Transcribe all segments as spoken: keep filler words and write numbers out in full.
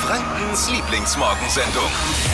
Frankens Lieblingsmorgensendung.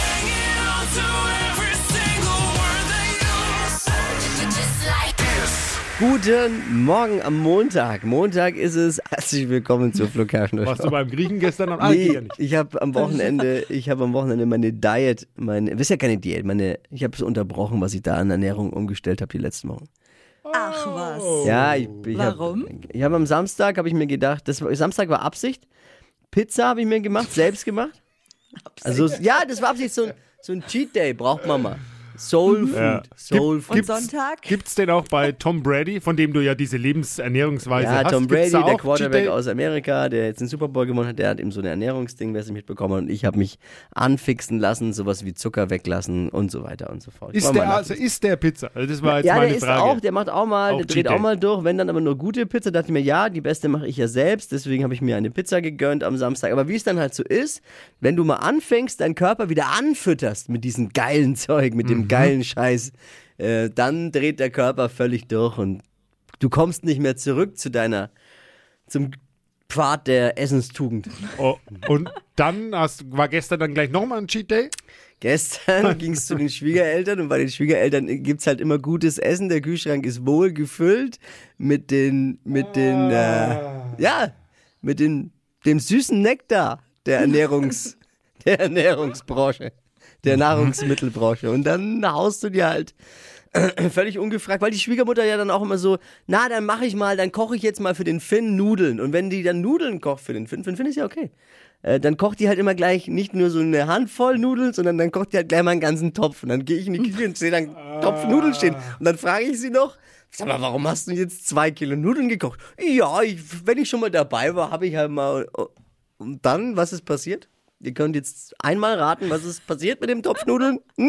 Guten Morgen am Montag. Montag ist es. Herzlich willkommen zur Flo Kerschner Show. Warst du beim Griechen gestern am Nee, ja nicht. ich habe am Wochenende, ich habe am Wochenende meine Diet, meine, das ist ja keine Diät, meine, ich habe es unterbrochen, was ich da an Ernährung umgestellt habe die letzten Wochen. Ach was. Ja, ich, ich Warum? Hab, ich habe am Samstag, habe ich mir gedacht, das war, Samstag war Absicht. Pizza habe ich mir gemacht, selbst gemacht. Also ja, das war Absicht, so, so ein Cheat Day braucht man mal. Soul Food, Ja. Soul Und Food. Gibt's- Sonntag? Gibt's denn auch bei Tom Brady, von dem du ja diese Lebensernährungsweise Ja, hast? Tom gibt's Brady, da der auch Quarterback Cheat Day? aus Amerika, der jetzt den Super Bowl gewonnen hat, der hat eben so ein Ernährungsding, wer es nicht mitbekommen hat. Und ich habe mich anfixen lassen, sowas wie Zucker weglassen und so weiter und so fort. Ich Ist war der, mal also nachsichtig. ist der Pizza? Also das war jetzt Ja, meine der ist Frage. auch, der macht auch mal, Auch der dreht Cheat auch Day. mal durch, wenn dann aber nur gute Pizza, dachte ich mir, ja, die beste mache ich ja selbst, deswegen habe ich mir eine Pizza gegönnt am Samstag. Aber wie es dann halt so ist, wenn du mal anfängst, deinen Körper wieder anfütterst mit diesem geilen Zeug, mit dem Mhm. geilen Scheiß, äh, dann dreht der Körper völlig durch und du kommst nicht mehr zurück zu deiner, zum Pfad der Essenstugend. Oh, und dann hast, war gestern dann gleich nochmal ein Cheat Day? Gestern ging es zu den Schwiegereltern und bei den Schwiegereltern gibt es halt immer gutes Essen. Der Kühlschrank ist wohl gefüllt mit den, mit den, äh, ja, mit den, dem süßen Nektar der Ernährungs, der Ernährungsbranche, der Nahrungsmittelbranche. Und dann haust du dir halt völlig ungefragt, weil die Schwiegermutter ja dann auch immer so, na, dann mache ich mal, dann koche ich jetzt mal für den Finn Nudeln. Und wenn die dann Nudeln kocht für den Finn, für den Finn ist ja okay. Äh, dann kocht die halt immer gleich nicht nur so eine Handvoll Nudeln, sondern dann kocht die halt gleich mal einen ganzen Topf. Und dann gehe ich in die Küche und sehe dann einen Topf Nudeln stehen. Und dann frage ich sie noch, sag mal, warum hast du jetzt zwei Kilo Nudeln gekocht? Ja, ich, wenn ich schon mal dabei war, habe ich halt mal... Und dann, was ist passiert? Ihr könnt jetzt einmal raten, was ist passiert mit dem Topf Nudeln? Hm?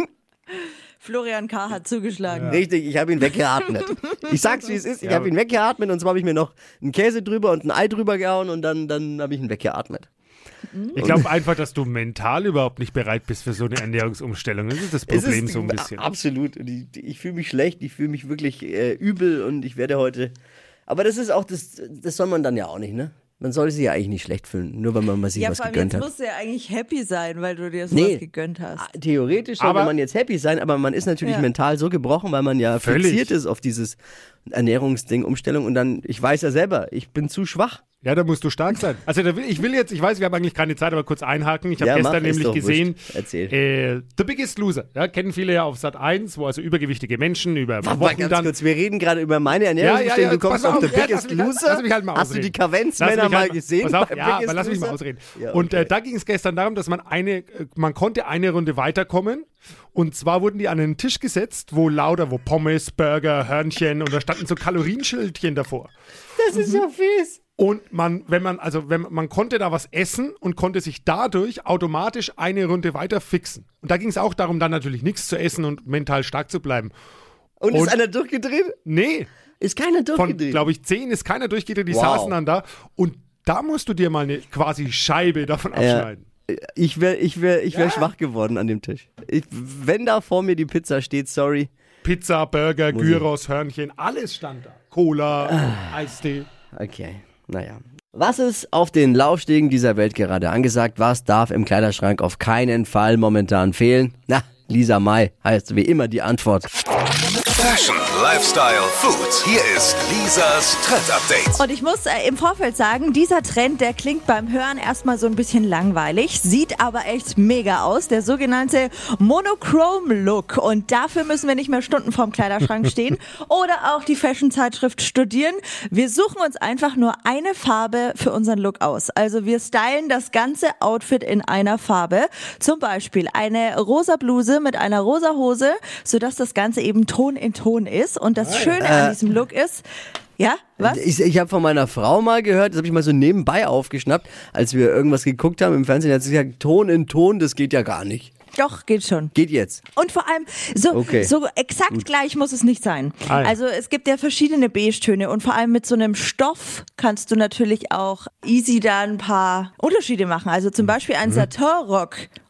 Florian K. hat zugeschlagen. Richtig, ich habe ihn weggeatmet. Ich sag's, wie es ist, ich Ja. habe ihn weggeatmet und zwar habe ich mir noch einen Käse drüber und ein Ei drüber gehauen und dann, dann habe ich ihn weggeatmet. Ich glaube einfach, dass du mental überhaupt nicht bereit bist für so eine Ernährungsumstellung. Das ist das Es Problem ist, so ein bisschen. Absolut. Und ich, ich fühle mich schlecht, ich fühle mich wirklich äh, übel und ich werde heute... Aber das ist auch, das, das soll man dann ja auch nicht, ne? Man soll sich ja eigentlich nicht schlecht fühlen, nur weil man mal sich Ja, was vor allem gegönnt jetzt hat. musst du ja eigentlich happy sein, weil du dir sowas Nee. gegönnt hast. Ah, Theoretisch sollte Aber- man jetzt happy sein, aber man ist natürlich Ja. mental so gebrochen, weil man ja Völlig. fixiert ist auf dieses Ernährungsding, Umstellung und dann, ich weiß ja selber, ich bin zu schwach. Ja, da musst du stark sein. Also da will, ich will jetzt, ich weiß, wir haben eigentlich keine Zeit, aber kurz einhaken. Ich habe Ja, mach, gestern ist nämlich doch gesehen, wurscht. Erzähl. äh, The Biggest Loser. Ja, kennen viele ja auf Sat eins, wo also übergewichtige Menschen über Warte mal Wochen ganz dann... kurz, wir reden gerade über meine Ja, Ernährungsumstellung, ja, ja, du kommst pass auf auf. The Ja, Biggest lass mich halt- Loser. lass mich halt mal Hast du die ausreden. Kavenzmänner Lass mich mal halt- gesehen Pass auf, bei ja, Biggest aber lass mich mal Loser? ausreden. Ja, Und äh, okay. da ging es gestern darum, dass man eine, äh, man konnte eine Runde weiterkommen. Und zwar wurden die an einen Tisch gesetzt, wo lauter, wo Pommes, Burger, Hörnchen und da standen so Kalorienschildchen davor. Das ist ja fies. Und man, wenn man, also wenn man, man konnte da was essen und konnte sich dadurch automatisch eine Runde weiter fixen. Und da ging es auch darum, dann natürlich nichts zu essen und mental stark zu bleiben. Und, Und- ist einer durchgedreht? Nee, Ist keiner von, durchgedreht. glaube ich, zehn ist keiner durchgedreht, die Wow. saßen dann da. Und da musst du dir mal eine quasi Scheibe davon abschneiden. Ich wäre ich wär, ich wär Ja. schwach geworden an dem Tisch. Ich, wenn da vor mir die Pizza steht, sorry. Pizza, Burger, Muss ich- Gyros, Hörnchen, alles stand da. Cola, Ah. Eistee. Okay, naja. Was ist auf den Laufstegen dieser Welt gerade angesagt? Was darf im Kleiderschrank auf keinen Fall momentan fehlen? Na, Lisa May heißt wie immer die Antwort. Fashion, Lifestyle, Food. Hier ist Lisas Trend-Update. Und ich muss äh, im Vorfeld sagen, dieser Trend, der klingt beim Hören erstmal so ein bisschen langweilig, sieht aber echt mega aus, der sogenannte Monochrome-Look. Und dafür müssen wir nicht mehr Stunden vorm Kleiderschrank stehen oder auch die Fashion-Zeitschrift studieren. Wir suchen uns einfach nur eine Farbe für unseren Look aus. Also wir stylen das ganze Outfit in einer Farbe. Zum Beispiel eine rosa Bluse mit einer rosa Hose, sodass das Ganze eben Ton in Ton ist. Und das Schöne an diesem Look ist, ja, was? Ich, ich habe von meiner Frau mal gehört, das habe ich mal so nebenbei aufgeschnappt, als wir irgendwas geguckt haben im Fernsehen, hat sie gesagt, Ton in Ton, das geht ja gar nicht. Doch, geht schon. Geht jetzt. Und vor allem, so, Okay. so exakt gleich muss es nicht sein. Ah, ja. Also es gibt ja verschiedene Beige-Töne und vor allem mit so einem Stoff kannst du natürlich auch easy da ein paar Unterschiede machen. Also zum Beispiel ein Satin-Rock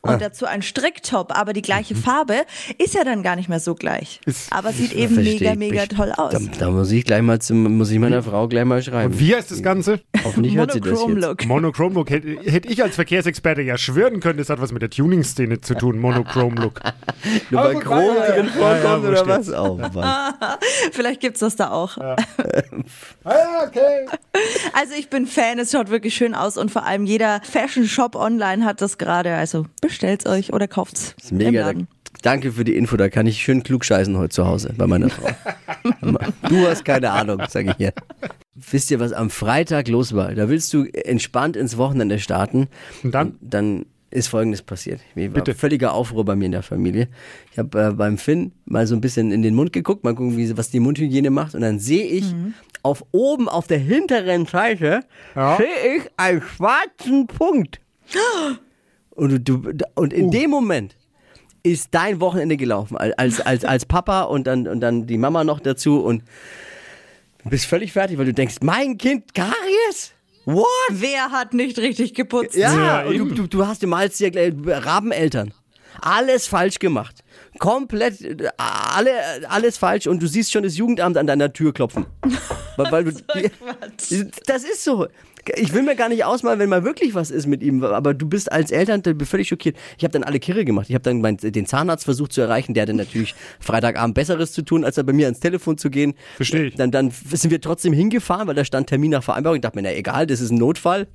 und dazu ein Stricktop, aber die gleiche Farbe, ist ja dann gar nicht mehr so gleich. Ist- aber sieht eben mega, mega toll aus. Da, da muss ich gleich mal zum, muss ich meiner Frau gleich mal schreiben. Und wie heißt das Ganze? Hoffentlich hört sie das Monochrome jetzt. Look. Monochrome Look. Hätte, hätte ich als Verkehrsexperte ja schwören können, das hat was mit der Tuning-Szene zu tun. Monochrome Look. Nur Aber weil gut, Chrom weiter. drin vorkommt Ja, ja, oder wurscht was? jetzt. Oh, Mann. Vielleicht gibt's das da auch. Ah, ja, okay. Also ich bin Fan, es schaut wirklich schön aus und vor allem jeder Fashion-Shop online hat das gerade. Also bestellt's euch oder kauft's Das ist im mega. Da, Laden. danke für die Info, da kann ich schön klug scheißen heute zu Hause bei meiner Frau. Du hast keine Ahnung, sage ich hier. Wisst ihr, was am Freitag los war? Da willst du entspannt ins Wochenende starten. Und dann? Dann ist Folgendes passiert. Mir war Bitte. völliger Aufruhr bei mir in der Familie. Ich habe äh, beim Finn mal so ein bisschen in den Mund geguckt, mal gucken, wie, was die Mundhygiene macht. Und dann sehe ich auf oben auf der hinteren Seite Ja. sehe ich einen schwarzen Punkt. Und, du, du, und in dem Moment ist dein Wochenende gelaufen, als, als, als Papa und dann, und dann die Mama noch dazu und du bist völlig fertig, weil du denkst, mein Kind, Karies? What? Wer hat nicht richtig geputzt? Ja, Ja, und du, eben. du, du hast du malst dir gleich Rabeneltern. Alles falsch gemacht. Komplett, äh, alle, alles falsch und du siehst schon das Jugendamt an deiner Tür klopfen. weil, weil du, die, das ist so. Ich will mir gar nicht ausmalen, wenn mal wirklich was ist mit ihm, aber du bist als Eltern völlig schockiert. Ich habe dann alle Kirre gemacht. Ich habe dann mein, den Zahnarzt versucht zu erreichen, der hatte natürlich Freitagabend Besseres zu tun, als bei mir ans Telefon zu gehen. Verstehe ich. Dann, dann sind wir trotzdem hingefahren, weil da stand Termin nach Vereinbarung. Ich dachte mir, na egal, das ist ein Notfall.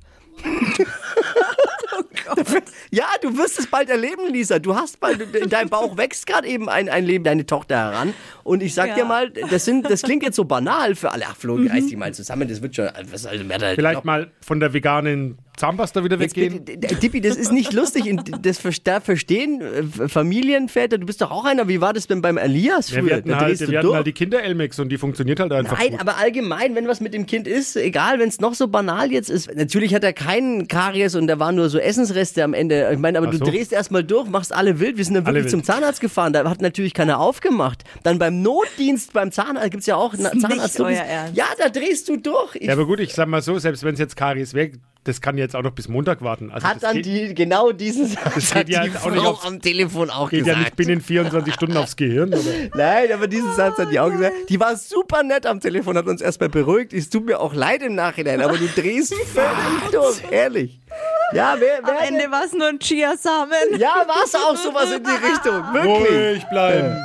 Ja, du wirst es bald erleben, Lisa. Du hast bald, in deinem Bauch wächst gerade eben ein, ein Leben, deine Tochter heran. Und ich sag Ja. dir mal, das, sind, das klingt jetzt so banal für alle. Ach, Flo, reiß dich mal zusammen, das wird schon. Was, also, wer da Vielleicht noch- mal von der veganen Zahnpasta wieder Jetzt weggehen. bitte, d- Dippi, das ist nicht lustig. Und Das ver- da verstehen äh, Familienväter. Du bist doch auch einer. Wie war das denn beim Elias Ja, früher? wir hatten, Da halt, drehst du wir hatten durch. halt die Kinder-Elmex und die funktioniert halt einfach Nein, gut. aber allgemein, wenn was mit dem Kind ist, egal, wenn es noch so banal jetzt ist. Natürlich hat er keinen Karies und da waren nur so Essensreste am Ende. Ich meine, aber Ach du so. drehst erstmal durch, machst alle wild. Wir sind dann Alle wirklich zum wild. Zahnarzt gefahren. Da hat natürlich keiner aufgemacht. Dann beim Notdienst, beim Zahnarzt, gibt es ja auch nicht Zahnarzt. euer Ernst. Ja, da drehst du durch. Ich Ja, aber gut, ich sag mal so, selbst wenn es jetzt Karies weg, das kann jetzt auch noch bis Montag warten. Also hat das dann geht, die, genau diesen Satz hat geht ja die auch nicht Frau aufs- am Telefon auch geht gesagt. ja nicht binnen vierundzwanzig Stunden aufs Gehirn. Oder? Nein, aber diesen Satz hat die auch gesagt. Die war super nett am Telefon, hat uns erstmal beruhigt. Es tut mir auch leid im Nachhinein, aber du drehst völlig durch, ehrlich. Ja, wer, wer Am Ende war es nur ein Chiasamen. Ja, war es auch sowas in die Richtung, wirklich. Ruhig bleiben.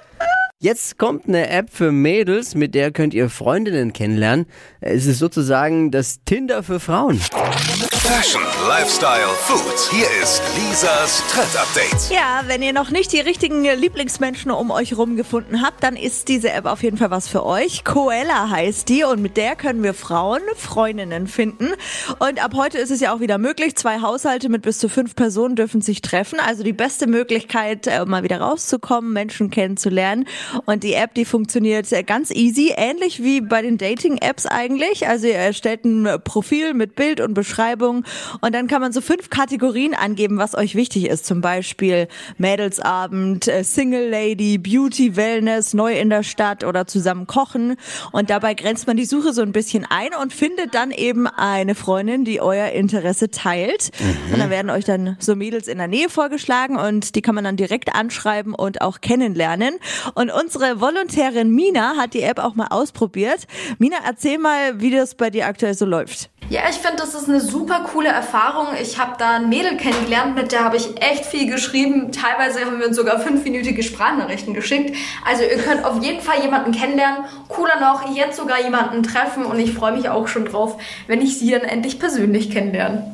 Jetzt kommt eine App für Mädels, mit der könnt ihr Freundinnen kennenlernen. Es ist sozusagen das Tinder für Frauen. Fashion, Lifestyle, Food. Hier ist Lisas Trend Update. Ja, wenn ihr noch nicht die richtigen Lieblingsmenschen um euch rum gefunden habt, dann ist diese App auf jeden Fall was für euch. Coella heißt die und mit der können wir Frauen Freundinnen finden. Und ab heute ist es ja auch wieder möglich. Zwei Haushalte mit bis zu fünf Personen dürfen sich treffen. Also die beste Möglichkeit, äh, mal wieder rauszukommen, Menschen kennenzulernen. Und die App, die funktioniert äh, ganz easy, ähnlich wie bei den Dating-Apps eigentlich. Also ihr erstellt ein Profil mit Bild und Beschreibung und dann kann man so fünf Kategorien angeben, was euch wichtig ist. Zum Beispiel Mädelsabend, äh, Single Lady, Beauty, Wellness, neu in der Stadt oder zusammen kochen. Und dabei grenzt man die Suche so ein bisschen ein und findet dann eben eine Freundin, die euer Interesse teilt. Und dann werden euch dann so Mädels in der Nähe vorgeschlagen und die kann man dann direkt anschreiben und auch kennenlernen. Und unsere Volontärin Mina hat die App auch mal ausprobiert. Mina, erzähl mal, wie das bei dir aktuell so läuft. Ja, ich finde, das ist eine super coole Erfahrung. Ich habe da ein Mädel kennengelernt, mit der habe ich echt viel geschrieben. Teilweise haben wir uns sogar fünfminütige Sprachnachrichten geschickt. Also ihr könnt auf jeden Fall jemanden kennenlernen. Cooler noch, jetzt sogar jemanden treffen und ich freue mich auch schon drauf, wenn ich sie dann endlich persönlich kennenlerne.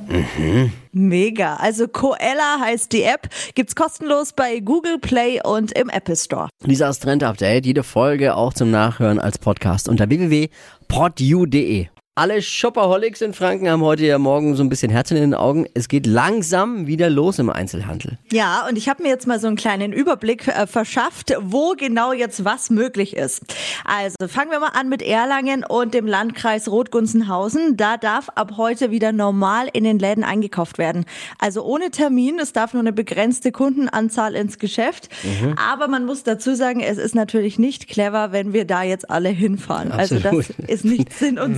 Mega. Also Coella heißt die App. Gibt's kostenlos bei Google Play und im Apple Store. Lisas Trend Update, jede Folge auch zum Nachhören als Podcast unter w w w punkt pod u punkt d e. Alle Shopaholics in Franken haben heute ja morgen so ein bisschen Herz in den Augen. Es geht langsam wieder los im Einzelhandel. Ja, und ich habe mir jetzt mal so einen kleinen Überblick äh, verschafft, wo genau jetzt was möglich ist. Also fangen wir mal an mit Erlangen und dem Landkreis Rot-Gunzenhausen. Da darf ab heute wieder normal in den Läden eingekauft werden. Also ohne Termin, es darf nur eine begrenzte Kundenanzahl ins Geschäft. Mhm. Aber man muss dazu sagen, es ist natürlich nicht clever, wenn wir da jetzt alle hinfahren. Absolut. Also das ist nicht Sinn und Zweck. Die,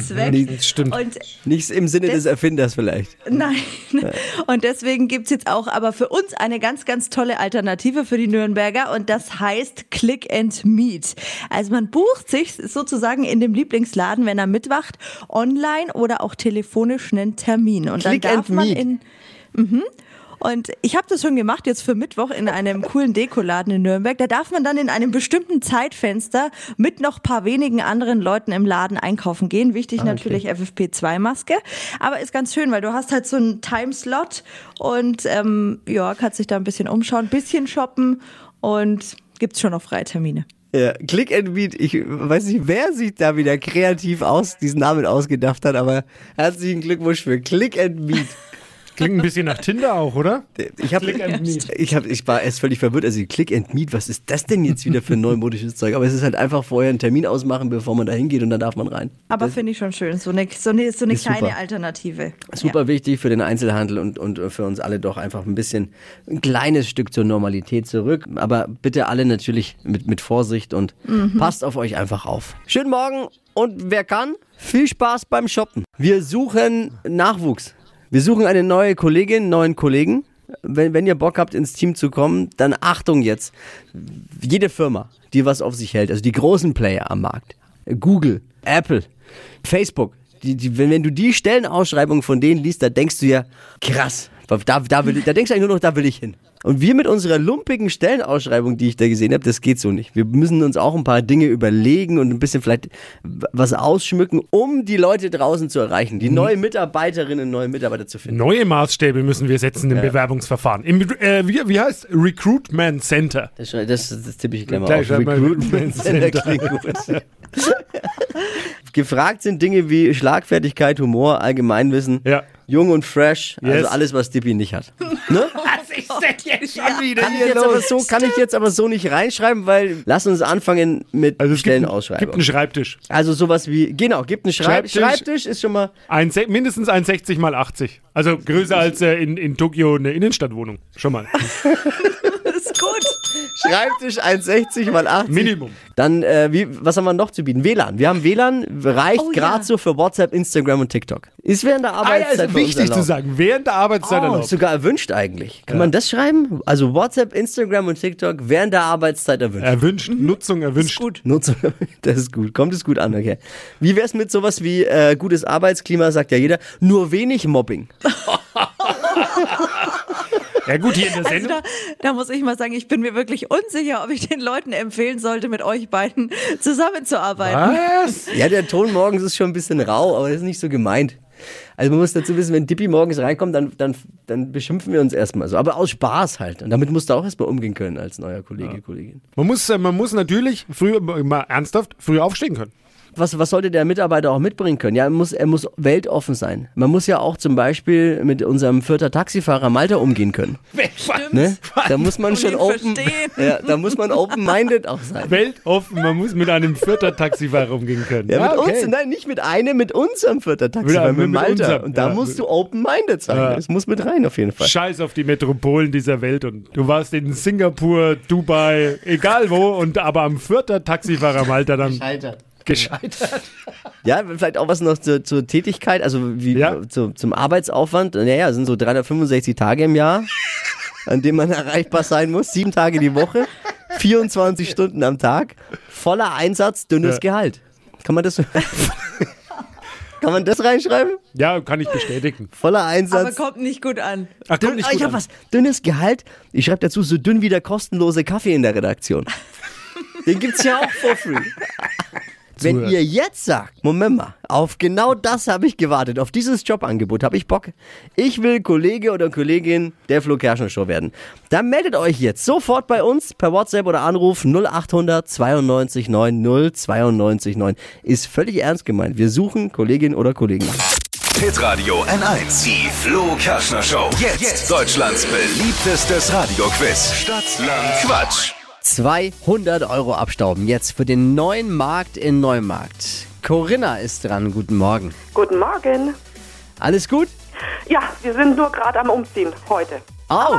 Das stimmt. Und Nichts im Sinne des Erfinders vielleicht. Nein. Und deswegen gibt es jetzt auch aber für uns eine ganz, ganz tolle Alternative für die Nürnberger und das heißt Click and Meet. Also man bucht sich sozusagen in dem Lieblingsladen, wenn er mitwacht, online oder auch telefonisch einen Termin. Und dann Click darf and man Meet. in... Mhm. Und ich habe das schon gemacht, jetzt für Mittwoch in einem coolen Dekoladen in Nürnberg. Da darf man dann in einem bestimmten Zeitfenster mit noch ein paar wenigen anderen Leuten im Laden einkaufen gehen. Wichtig Ah, natürlich F F P zwei Maske. Aber ist ganz schön, weil du hast halt so einen Timeslot und ähm, ja, kannst dich da ein bisschen umschauen, ein bisschen shoppen und gibt's schon noch freie Termine. Ja, Click and Meet, ich weiß nicht, wer sich da wieder kreativ aus diesen Namen ausgedacht hat, aber herzlichen Glückwunsch für Click and Meet. Klingt ein bisschen nach Tinder auch, oder? Ich, hab, Click and Meet. ich, hab, ich war erst völlig verwirrt, also Click and Meet, was ist das denn jetzt wieder für ein neumodisches Zeug? Aber es ist halt einfach vorher einen Termin ausmachen, bevor man da hingeht und dann darf man rein. Aber finde ich schon schön, so eine, so eine, so eine Ist kleine super. Alternative. Super wichtig für den Einzelhandel und, und für uns alle doch einfach ein bisschen ein kleines Stück zur Normalität zurück. Aber bitte alle natürlich mit, mit Vorsicht und Mhm. passt auf euch einfach auf. Schönen Morgen und wer kann, viel Spaß beim Shoppen. Wir suchen Nachwuchs. Wir suchen eine neue Kollegin, neuen Kollegen. Wenn, wenn ihr Bock habt, ins Team zu kommen, dann Achtung jetzt. Jede Firma, die was auf sich hält, also die großen Player am Markt, Google, Apple, Facebook, die, die, wenn, wenn du die Stellenausschreibungen von denen liest, da denkst du ja, krass, da, da, will, da denkst du eigentlich nur noch, da will ich hin. Und wir mit unserer lumpigen Stellenausschreibung, die ich da gesehen habe, das geht so nicht. Wir müssen uns auch ein paar Dinge überlegen und ein bisschen vielleicht was ausschmücken, um die Leute draußen zu erreichen, die neue Mitarbeiterinnen und neue Mitarbeiter zu finden. Neue Maßstäbe müssen wir setzen im Bewerbungsverfahren. Im, äh, wie, wie heißt Recruitment Center? Das, das, das tippe ich gleich mal Gleich auf. schreib mal Recruitment Center klingt gut. Gefragt sind Dinge wie Schlagfertigkeit, Humor, Allgemeinwissen, Ja. jung und fresh, also Yes. alles, was Dippi nicht hat. Ne? Was ist denn jetzt schon wieder Kann ich, jetzt aber so, kann ich jetzt aber so nicht reinschreiben, weil lass uns anfangen mit Also es gibt, einen- Stellenausschreibung. gibt einen Schreibtisch. Also sowas wie, genau, gibt einen Schreib Schreibtisch. Schreibtisch, ist schon mal, Ein, se- mindestens ein sechzig mal achtzig. Also größer als äh, in, in Tokio eine Innenstadtwohnung. Schon mal. Das ist gut. Schreibtisch eins sechzig mal achtzig. Minimum. Dann, äh, wie, was haben wir noch zu bieten? W L A N. Wir haben W L A N, reicht Oh, gerade ja. so für WhatsApp, Instagram und TikTok. Ist während der Ah ja, Arbeitszeit ist bei uns wichtig zu erlaubt. sagen. Während der Arbeitszeit Oh, erlaubt. ist sogar erwünscht eigentlich. Kann man das schreiben? Also WhatsApp, Instagram und TikTok während der Arbeitszeit erwünscht. Erwünscht, Nutzung erwünscht. Gut. Nutzung, das ist gut. Kommt es gut an, okay. Wie wär's mit sowas wie äh, gutes Arbeitsklima, sagt ja jeder, nur wenig Mobbing. Ja gut, hier in der Also Sendung. da, da muss ich mal sagen, ich bin mir wirklich unsicher, ob ich den Leuten empfehlen sollte, mit euch beiden zusammenzuarbeiten. Was? Ja, der Ton morgens ist schon ein bisschen rau, aber das ist nicht so gemeint. Also man muss dazu wissen, wenn Dippi morgens reinkommt, dann, dann, dann beschimpfen wir uns erstmal so. Aber aus Spaß halt. Und damit musst du auch erstmal umgehen können als neuer Kollege, Kollegin. Man muss, äh, man muss natürlich früh, mal ernsthaft, früh aufstehen können. Was, was sollte der Mitarbeiter auch mitbringen können? Ja, er muss, er muss weltoffen sein. Man muss ja auch zum Beispiel mit unserem Fürther Taxifahrer Malte umgehen können. Ne? Da muss man Und schon ihn open, verstehen. ja, da muss man open-minded auch sein. Weltoffen, man muss mit einem Fürther Taxifahrer umgehen können. Ja, mit okay. uns, nein, nicht mit einem, mit unserem Fürther Taxifahrer, Mit- mit, mit Malte. unserem, Und da ja. musst du open-minded sein. Ja. Das muss mit rein auf jeden Fall. Scheiß auf die Metropolen dieser Welt und du warst in Singapur, Dubai, egal wo und aber am Fürther Taxifahrer Malta dann gescheitert. Ja, vielleicht auch was noch zur, zur Tätigkeit, also wie Ja. zu, zum Arbeitsaufwand. Naja, es sind so dreihundertfünfundsechzig Tage im Jahr, an denen man erreichbar sein muss. Sieben Tage die Woche, vierundzwanzig Stunden am Tag, voller Einsatz, dünnes Ja. Gehalt. Kann man das so Kann man das reinschreiben? Ja, kann ich bestätigen. Voller Aber Einsatz. kommt nicht gut an. Ach, Dünn, kommt nicht ah, ich gut hab an. was. Dünnes Gehalt. Ich schreibe dazu, so dünn wie der kostenlose Kaffee in der Redaktion. Den gibt's ja auch for free. Wenn Zuhört. ihr jetzt sagt, Moment mal, auf genau das habe ich gewartet, auf dieses Jobangebot habe ich Bock. Ich will Kollege oder Kollegin der Flo Kerschner Show werden. Dann meldet euch jetzt sofort bei uns per WhatsApp oder Anruf null acht hundert zweiundneunzig neun null zweiundneunzig neun. Ist völlig ernst gemeint. Wir suchen Kollegin oder Kollegen. Hitradio N eins. Die Flo Kerschner Show. Jetzt, Deutschlands beliebtestes Radioquiz. Stadt, Land, Quatsch. zweihundert Euro abstauben jetzt für den neuen Markt in Neumarkt. Corinna ist dran. Guten Morgen. Guten Morgen. Alles gut? Ja, wir sind nur gerade am Umziehen heute. Oh.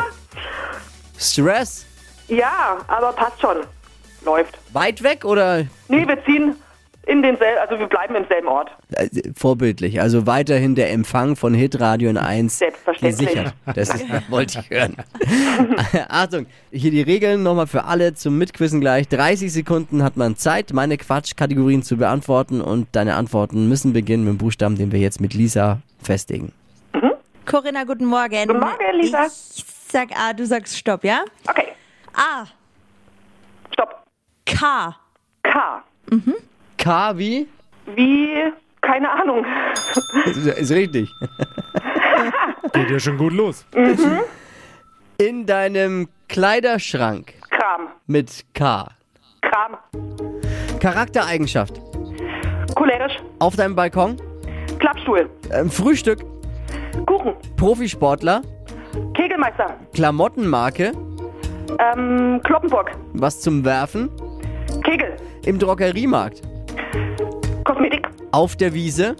Stress? Ja, aber passt schon. Läuft. Weit weg oder? Nee, wir ziehen In denselben, also wir bleiben im selben Ort. Äh, Vorbildlich. Also weiterhin der Empfang von Hitradio in eins Selbstverständlich. gesichert. Das ist, wollte ich hören. Achtung, hier die Regeln nochmal für alle zum Mitquissen gleich. dreißig Sekunden hat man Zeit, meine Quatschkategorien zu beantworten und deine Antworten müssen beginnen mit dem Buchstaben, den wir jetzt mit Lisa festlegen. Corinna, guten Morgen. Guten Morgen, Lisa. Ich sag A, du sagst Stopp, ja? Okay, A, stopp. K. K. K wie? Wie, keine Ahnung. Ist, ist richtig. Geht ja schon gut los. In deinem Kleiderschrank Kram. mit K. Kram. Charaktereigenschaft. Cholerisch. Auf deinem Balkon. Klappstuhl. Ähm, Frühstück. Kuchen. Profisportler. Kegelmeister. Klamottenmarke. Ähm, Kloppenburg. Was zum Werfen. Kegel. Im Drogeriemarkt. Kosmetik. Auf der Wiese.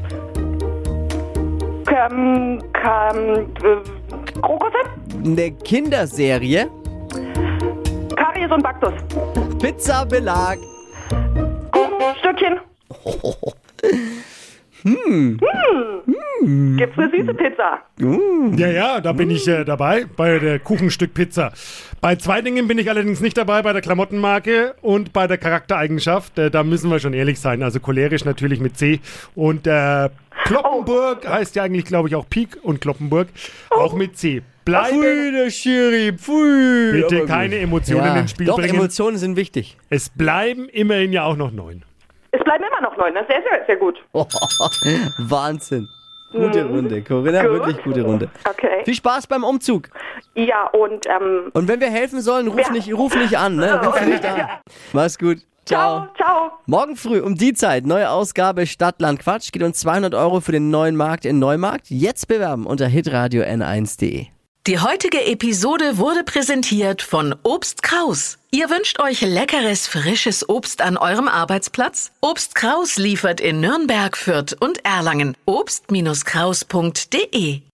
Ähm, ähm, äh, Krokusse. Eine Kinderserie. Karies und Baktus. Pizzabelag. Kuchenstückchen. Hm. Hm. Gibt's eine süße Pizza? Ja, ja, da bin ich äh, dabei, bei der Kuchenstück Pizza. Bei zwei Dingen bin ich allerdings nicht dabei, bei der Klamottenmarke und bei der Charaktereigenschaft. Äh, da müssen wir schon ehrlich sein. Also cholerisch natürlich mit C. Und äh, Kloppenburg oh. heißt ja eigentlich, glaube ich, auch Pik und Kloppenburg. Oh. Auch mit C. Bleiben. Pfui, der Schiri, pfui. Bitte Aber keine gut. Emotionen ja, ins Spiel doch, bringen. Emotionen sind wichtig. Es bleiben immerhin ja auch noch neun. Es bleiben immer noch neun, das ist sehr, sehr, sehr gut. Oh, Wahnsinn. Gute Mhm. Runde, Corinna, Gut. wirklich gute Runde. Okay. Viel Spaß beim Umzug. Ja, und ähm, Und wenn wir helfen sollen, ruf, Ja. nicht, ruf nicht an, ne? Ruf nicht an. Mach's gut. Ciao. ciao, ciao. Morgen früh um die Zeit, neue Ausgabe Stadt, Land, Quatsch. Geht uns zweihundert Euro für den neuen Markt in Neumarkt. Jetzt bewerben unter hitradio n eins punkt de. Die heutige Episode wurde präsentiert von Obst Kraus. Ihr wünscht euch leckeres, frisches Obst an eurem Arbeitsplatz? Obst Kraus liefert in Nürnberg, Fürth und Erlangen. obst Kraus punkt de